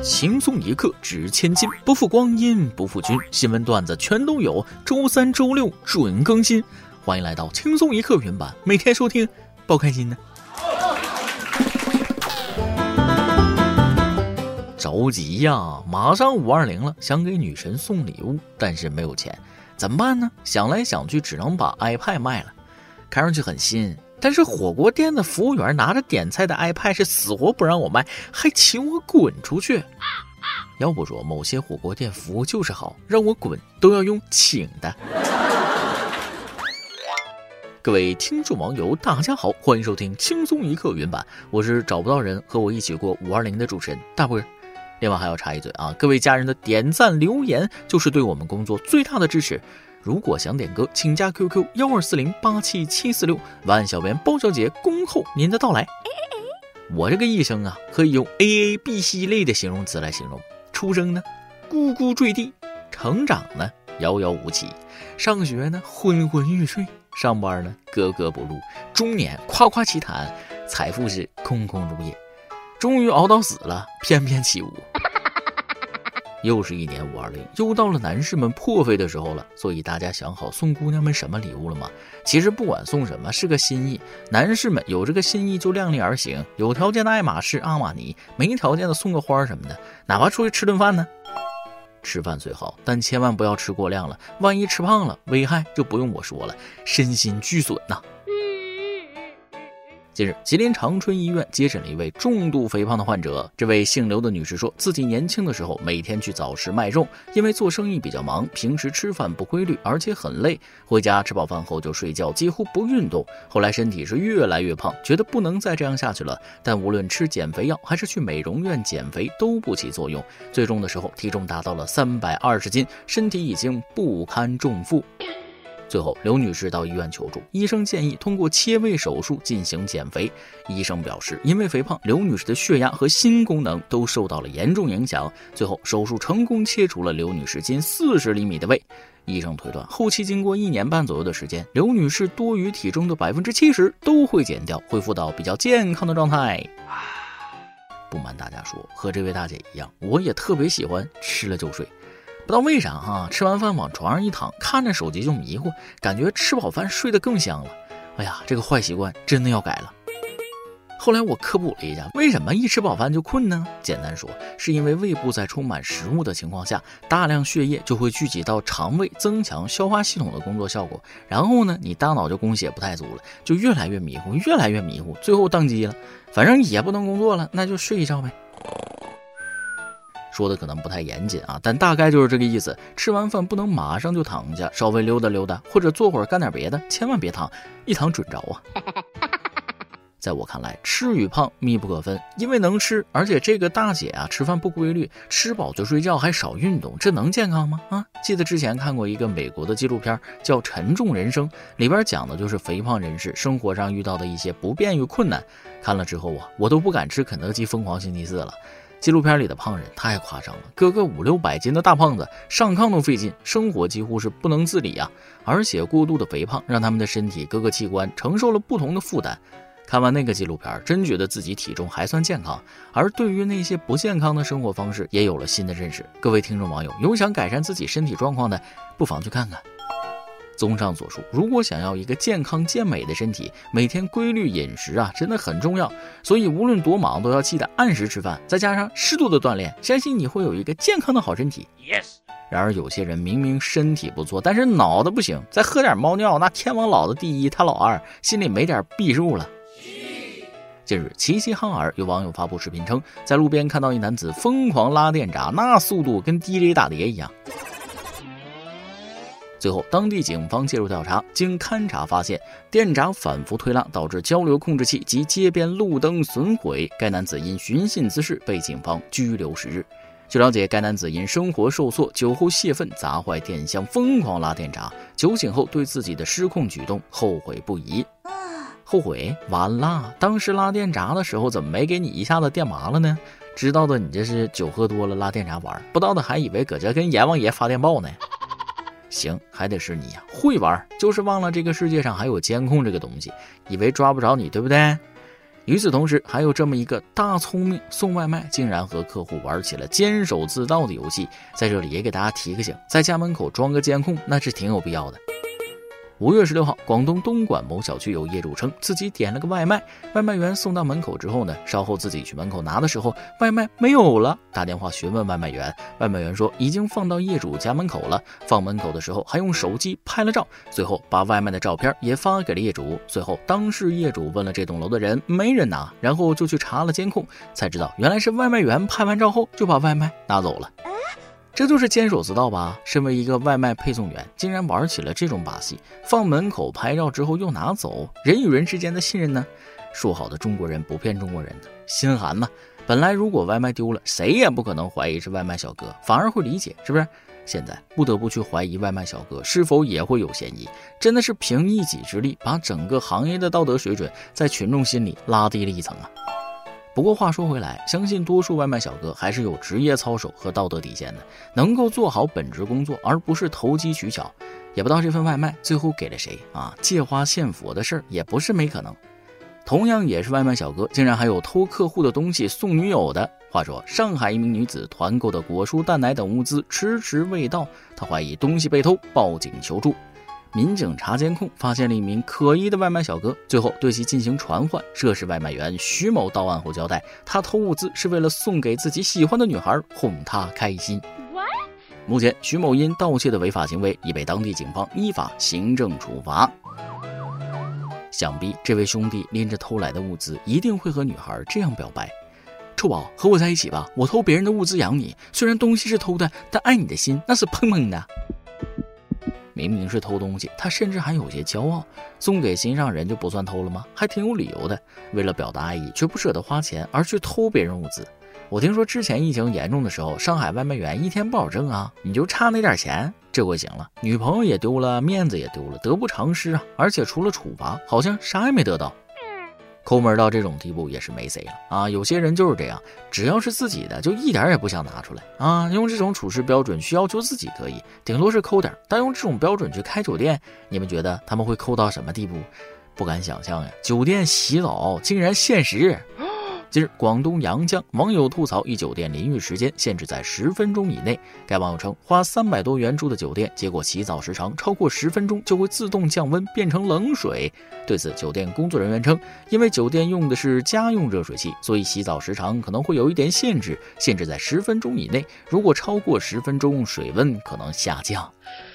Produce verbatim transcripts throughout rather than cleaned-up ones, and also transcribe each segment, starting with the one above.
轻松一刻值千金，不负光阴不负君。新闻段子全都有，周三周六准更新。欢迎来到轻松一刻云版，每天收听，包开心呢。着急呀，马上五二零了，想给女神送礼物，但是没有钱，怎么办呢？想来想去，只能把 iPad 卖了。看上去很新，但是火锅店的服务员拿着点菜的 iPad 是死活不让我卖，还请我滚出去。要不说某些火锅店服务就是好，让我滚都要用请的。各位听众网友大家好，欢迎收听轻松一刻云版，我是找不到人和我一起过五二零的主持人大波。另外还要插一嘴啊，各位家人的点赞留言就是对我们工作最大的支持。如果想点歌，请加 Q Q 幺二四零八七七四六，晚安小编包小姐恭候您的到来。我这个一生啊，可以用 A A B C 类的形容词来形容。出生呢，咕咕坠地；成长呢，遥遥无期；上学呢，昏昏欲睡；上班呢，格格不入；中年夸夸其谈；财富是空空如也。终于熬到死了，翩翩起舞。又是一年五二零，又到了男士们破费的时候了，所以大家想好送姑娘们什么礼物了吗？其实不管送什么，是个心意。男士们有这个心意就量力而行，有条件的爱马仕、阿玛尼，没条件的送个花什么的，哪怕出去吃顿饭呢。吃饭虽好，但千万不要吃过量了，万一吃胖了，危害就不用我说了，身心俱损呐。近日，吉林长春医院接诊了一位重度肥胖的患者。这位姓刘的女士说，自己年轻的时候每天去早市卖肉，因为做生意比较忙，平时吃饭不规律，而且很累，回家吃饱饭后就睡觉，几乎不运动。后来身体是越来越胖，觉得不能再这样下去了，但无论吃减肥药还是去美容院减肥都不起作用。最终的时候，体重达到了三百二十斤，身体已经不堪重负。最后，刘女士到医院求助，医生建议通过切胃手术进行减肥。医生表示，因为肥胖，刘女士的血压和心功能都受到了严重影响。最后，手术成功切除了刘女士近四十厘米的胃。医生推断，后期经过一年半左右的时间，刘女士多余体重的百分之七十都会减掉，恢复到比较健康的状态。不瞒大家说，和这位大姐一样，我也特别喜欢吃了就睡。不知道为啥哈，吃完饭往床上一躺，看着手机就迷糊，感觉吃饱饭睡得更香了。哎呀，这个坏习惯真的要改了。后来我科普了一下，为什么一吃饱饭就困呢？简单说，是因为胃部在充满食物的情况下，大量血液就会聚集到肠胃，增强消化系统的工作效果。然后呢，你大脑就供血不太足了，就越来越迷糊，越来越迷糊，最后宕机了。反正也不能工作了，那就睡一觉呗。说的可能不太严谨啊，但大概就是这个意思。吃完饭不能马上就躺下，稍微溜达溜达，或者坐会儿干点别的，千万别躺，一躺准着啊。在我看来，吃与胖密不可分，因为能吃，而且这个大姐啊，吃饭不规律，吃饱就睡觉，还少运动，这能健康吗？啊，记得之前看过一个美国的纪录片，叫《沉重人生》，里边讲的就是肥胖人士生活上遇到的一些不便与困难。看了之后啊，我都不敢吃肯德基疯狂星期四了。纪录片里的胖人太夸张了，个个五六百斤的大胖子，上炕都费劲，生活几乎是不能自理啊！而且过度的肥胖让他们的身体各个器官承受了不同的负担。看完那个纪录片，真觉得自己体重还算健康，而对于那些不健康的生活方式也有了新的认识。各位听众网友，有想改善自己身体状况的，不妨去看看。综上所述，如果想要一个健康健美的身体，每天规律饮食啊，真的很重要。所以无论多忙，都要记得按时吃饭，再加上适度的锻炼，相信你会有一个健康的好身体。Yes。然而有些人明明身体不错，但是脑子不行，再喝点猫尿，那天王老子第一，他老二，心里没点逼数了。近日，齐齐哈尔有网友发布视频称，在路边看到一男子疯狂拉电闸，那速度跟 D J 打碟一样。最后，当地警方介入调查，经勘查发现，电闸反复推拉导致交流控制器及街边路灯损毁。该男子因寻衅滋事被警方拘留十日。据了解，该男子因生活受挫，酒后泄愤，砸坏电箱，疯狂拉电闸。酒醒后对自己的失控举动后悔不已。后悔？完了！当时拉电闸的时候，怎么没给你一下子电麻了呢？知道的你这是酒喝多了拉电闸玩，不知道的还以为搁这跟阎王爷发电报呢。行，还得是你呀、啊，会玩，就是忘了这个世界上还有监控这个东西，以为抓不着你，对不对？ 与此同时，还有这么一个大聪明，送外卖竟然和客户玩起了监守自盗的游戏。在这里也给大家提个醒，在家门口装个监控那是挺有必要的。五月十六号，广东东莞某小区有业主称自己点了个外卖，外卖员送到门口之后呢，稍后自己去门口拿的时候，外卖没有了，打电话询问外卖员，外卖员说已经放到业主家门口了，放门口的时候还用手机拍了照，最后把外卖的照片也发给了业主。随后当事业主问了这栋楼的人，没人拿，然后就去查了监控，才知道原来是外卖员拍完照后就把外卖拿走了。这就是监守自盗吧？身为一个外卖配送员，竟然玩起了这种把戏，放门口拍照之后又拿走，人与人之间的信任呢？说好的中国人不骗中国人呢？心寒呢？本来如果外卖丢了，谁也不可能怀疑是外卖小哥，反而会理解，是不是？现在不得不去怀疑外卖小哥是否也会有嫌疑，真的是凭一己之力把整个行业的道德水准在群众心里拉低了一层啊！不过话说回来，相信多数外卖小哥还是有职业操守和道德底线的，能够做好本职工作，而不是投机取巧。也不知道这份外卖最后给了谁啊？借花献佛的事儿也不是没可能。同样也是外卖小哥，竟然还有偷客户的东西送女友的。话说，上海一名女子团购的果蔬、蛋奶等物资迟迟未到，她怀疑东西被偷，报警求助。民警查监控，发现了一名可疑的外卖小哥，最后对其进行传唤。涉事外卖员徐某到案后交代，他偷物资是为了送给自己喜欢的女孩，哄她开心。What? 目前，徐某因盗窃的违法行为已被当地警方依法行政处罚。想必这位兄弟拎着偷来的物资，一定会和女孩这样表白：臭宝，和我在一起吧，我偷别人的物资养你，虽然东西是偷的，但爱你的心那是砰砰的。明明是偷东西，他甚至还有些骄傲，送给心上人就不算偷了吗？还挺有理由的，为了表达爱意却不舍得花钱而去偷别人物资。我听说之前疫情严重的时候，上海外卖员一天不好挣啊，你就差那点钱。这回行了，女朋友也丢了，面子也丢了，得不偿失啊！而且除了处罚，好像啥也没得到。抠门到这种地步也是没谁了啊！有些人就是这样，只要是自己的就一点也不想拿出来啊！用这种处事标准去要求自己可以，顶多是抠点，但用这种标准去开酒店，你们觉得他们会抠到什么地步？不敢想象呀！酒店洗澡竟然限时。近日，广东阳江网友吐槽一酒店淋浴时间限制在十分钟以内。该网友称，花三百多元住的酒店，结果洗澡时长超过十分钟就会自动降温变成冷水。对此，酒店工作人员称，因为酒店用的是家用热水器，所以洗澡时长可能会有一点限制，限制在十分钟以内。如果超过十分钟，水温可能下降。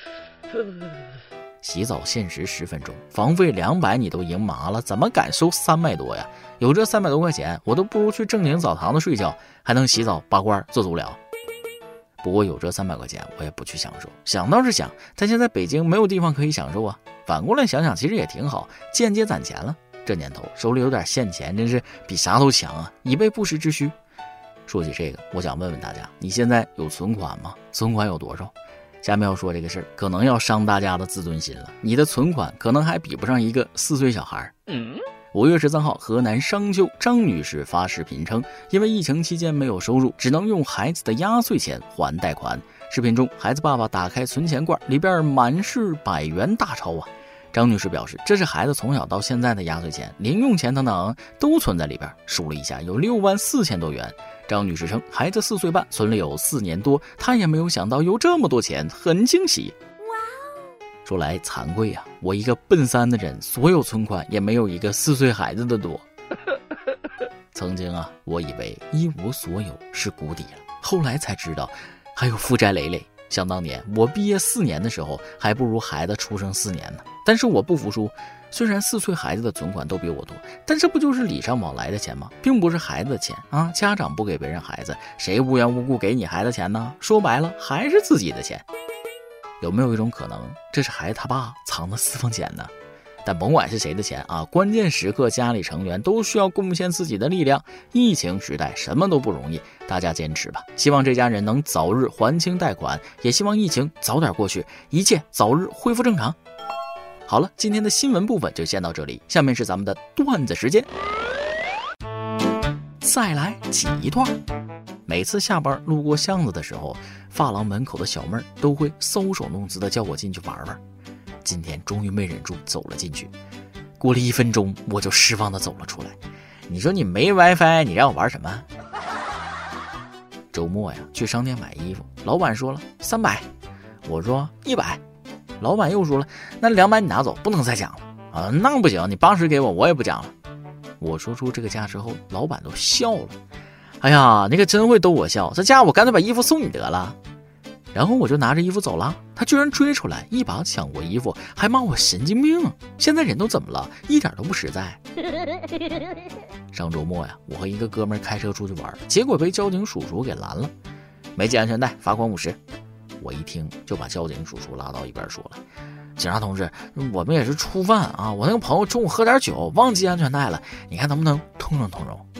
洗澡限时十分钟，房费两百你都赢麻了，怎么敢收三百多呀？有这三百多块钱，我都不如去正经澡堂子睡觉，还能洗澡拔罐做足疗。不过有这三百块钱，我也不去享受。想倒是想，但现在北京没有地方可以享受啊。反过来想想，其实也挺好，间接攒钱了。这年头手里有点现钱，真是比啥都强啊，以备不时之需。说起这个，我想问问大家，你现在有存款吗？存款有多少？下面要说这个事儿，可能要伤大家的自尊心了。你的存款可能还比不上一个四岁小孩。五月十三号，河南商丘张女士发视频称，因为疫情期间没有收入，只能用孩子的压岁钱还贷款。视频中，孩子爸爸打开存钱罐，里边满是百元大钞啊！张女士表示，这是孩子从小到现在的压岁钱、零用钱等等都存在里边，数了一下有六万四千多元。张女士称，孩子四岁半，存了有四年多，她也没有想到有这么多钱，很惊喜。说来惭愧呀、啊，我一个奔三的人，所有存款也没有一个四岁孩子的多。曾经啊，我以为一无所有是谷底了，后来才知道还有负债累累。想当年我毕业四年的时候，还不如孩子出生四年呢。但是我不服输，虽然四岁孩子的存款都比我多，但这不就是礼尚往来的钱吗？并不是孩子的钱啊！家长不给别人孩子，谁无缘无故给你孩子钱呢？说白了，还是自己的钱。有没有一种可能，这是孩子他爸藏的私房钱呢？但甭管是谁的钱啊，关键时刻家里成员都需要贡献自己的力量。疫情时代什么都不容易，大家坚持吧。希望这家人能早日还清贷款，也希望疫情早点过去，一切早日恢复正常。好了，今天的新闻部分就先到这里，下面是咱们的段子时间。再来挤一段。每次下班路过巷子的时候，发廊门口的小妹儿都会搔首弄姿的叫我进去玩玩。今天终于没忍住走了进去，过了一分钟我就失望的走了出来。 你说你没 WiFi， 你让我玩什么？周末呀，去商店买衣服，老板说了三百，我说一百，老板又说了那两百你拿走，不能再讲了啊，那不行，你八十给我，我也不讲了。我说出这个价之后，老板都笑了，哎呀，那个真会逗我笑，这价我干脆把衣服送你得了。然后我就拿着衣服走了，他居然追出来一把抢过衣服，还骂我神经病，现在人都怎么了，一点都不实在。上周末呀，我和一个哥们儿开车出去玩，结果被交警叔叔给拦了，没系安全带，罚款五十。我一听就把交警叔叔拉到一边说了，警察同志，我们也是初犯啊，我那个朋友中午喝点酒忘记安全带了，你看能不能通融通融。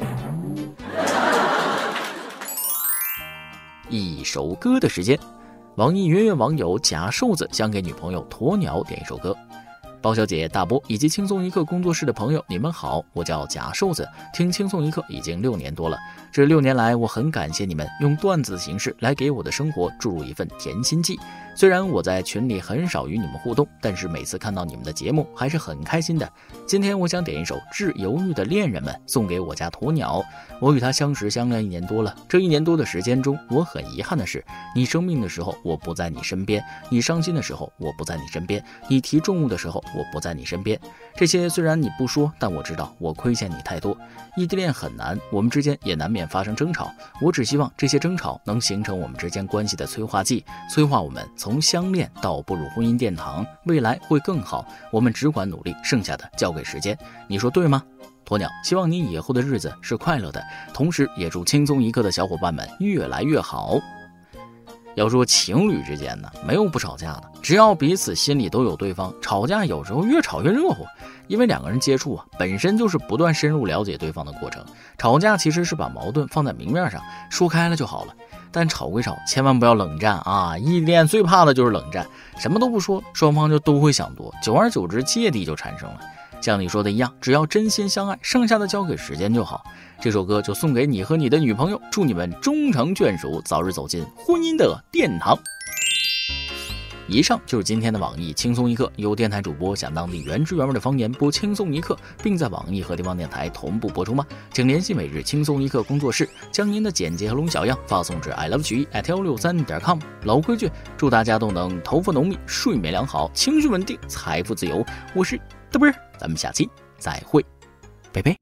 一首歌的时间，网易云乐网友假瘦子想给女朋友鸵鸟点一首歌。包小姐、大波以及轻松一刻工作室的朋友，你们好，我叫假瘦子，听轻松一刻已经六年多了。这六年来，我很感谢你们用段子的形式来给我的生活注入一份甜心剂。虽然我在群里很少与你们互动，但是每次看到你们的节目还是很开心的。今天我想点一首《致犹豫的恋人们》，送给我家鸵鸟。我与他相识相恋一年多了，这一年多的时间中，我很遗憾的是，你生病的时候我不在你身边，你伤心的时候我不在你身边，你提重物的时候我不在你身边。这些虽然你不说，但我知道我亏欠你太多。异地恋很难，我们之间也难免发生争吵，我只希望这些争吵能形成我们之间关系的催化剂，催化我们从相恋到步入婚姻殿堂，未来会更好。我们只管努力，剩下的交给时间，你说对吗？鸵鸟，希望你以后的日子是快乐的，同时也祝轻松一刻的小伙伴们越来越好。要说情侣之间呢，没有不吵架的，只要彼此心里都有对方，吵架有时候越吵越热乎。因为两个人接触啊，本身就是不断深入了解对方的过程，吵架其实是把矛盾放在明面上，说开了就好了。但吵归吵，千万不要冷战啊！异地恋最怕的就是冷战，什么都不说，双方就都会想多，久而久之芥蒂就产生了。像你说的一样，只要真心相爱，剩下的交给时间就好。这首歌就送给你和你的女朋友，祝你们终成眷属，早日走进婚姻的殿堂。以上就是今天的网易轻松一刻，由电台主播讲当地原汁原味的方言播轻松一刻，并在网易和地方电台同步播出吗？请联系每日轻松一刻工作室，将您的简介和龙小样发送至 i love 曲艺 at 一六三点 com。老规矩，祝大家都能头发浓密，睡眠良好，情绪稳定，财富自由。我是嘚啵，咱们下期再会，拜拜。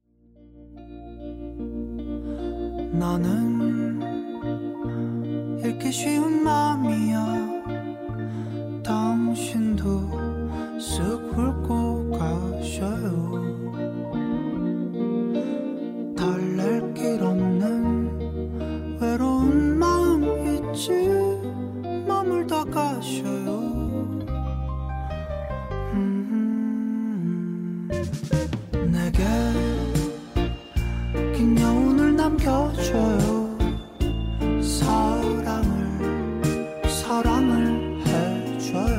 나는 읽기 쉬운 마음이야. 당신도 쓱 훑고 가셔요. 달랠 길 없는 외로운 마음 있지 머물다 가셔요. 음, 내게 긴 여운을 남겨줘요. 사랑을 사랑을 해줘요.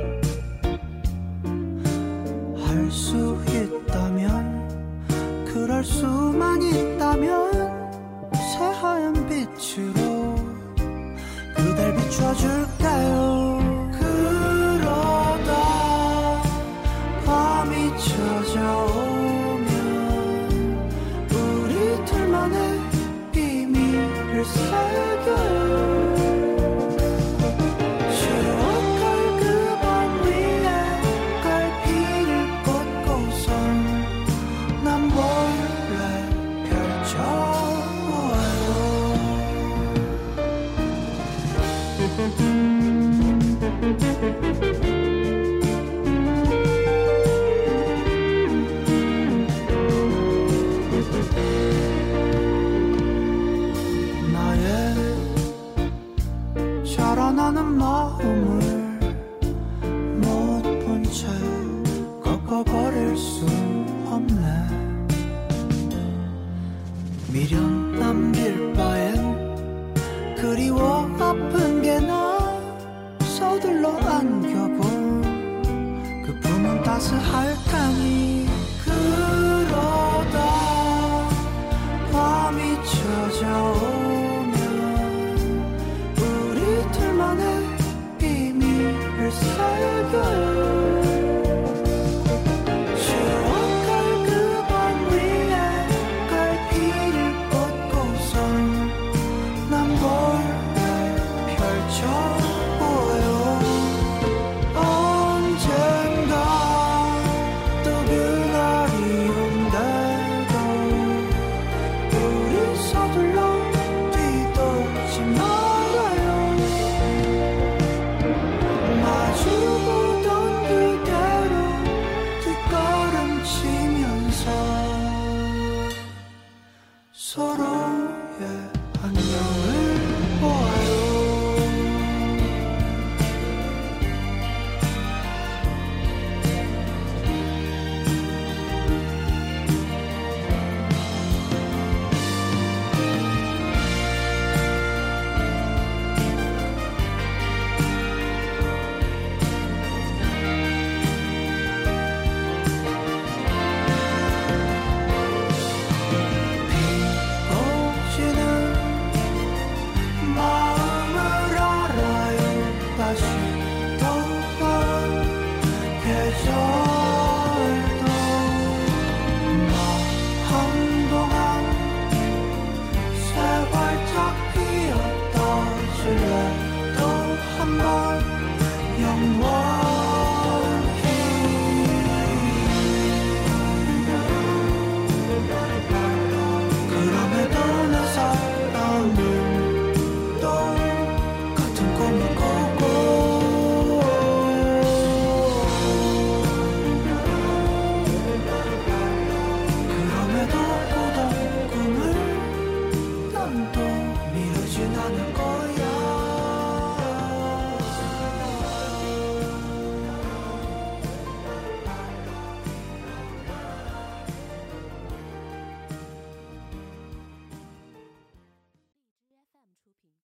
할 수 있다면 그럴 수만 있다면 새하얀 빛으로 그댈 비춰줄게요. 그러다 밤이 찾아오면 우리 둘만의 비밀을 새겨요. 나의 자라나는 마음을 못 본 채 꺾어버릴 수 없네. 미련 남길 바엔 그리워 아픈 게 나. 서둘러 안겨본 그 품은 따스할 테니. 그러다 밤이 찾아오면 우리 둘만의 비밀을 새겨요. 추억할 그 밤 위에 원해 그럼에도 내 사랑은 똑같은 꿈을 꾸고 그럼에도 꾸던 꿈을 난 또 미루진 않을 거야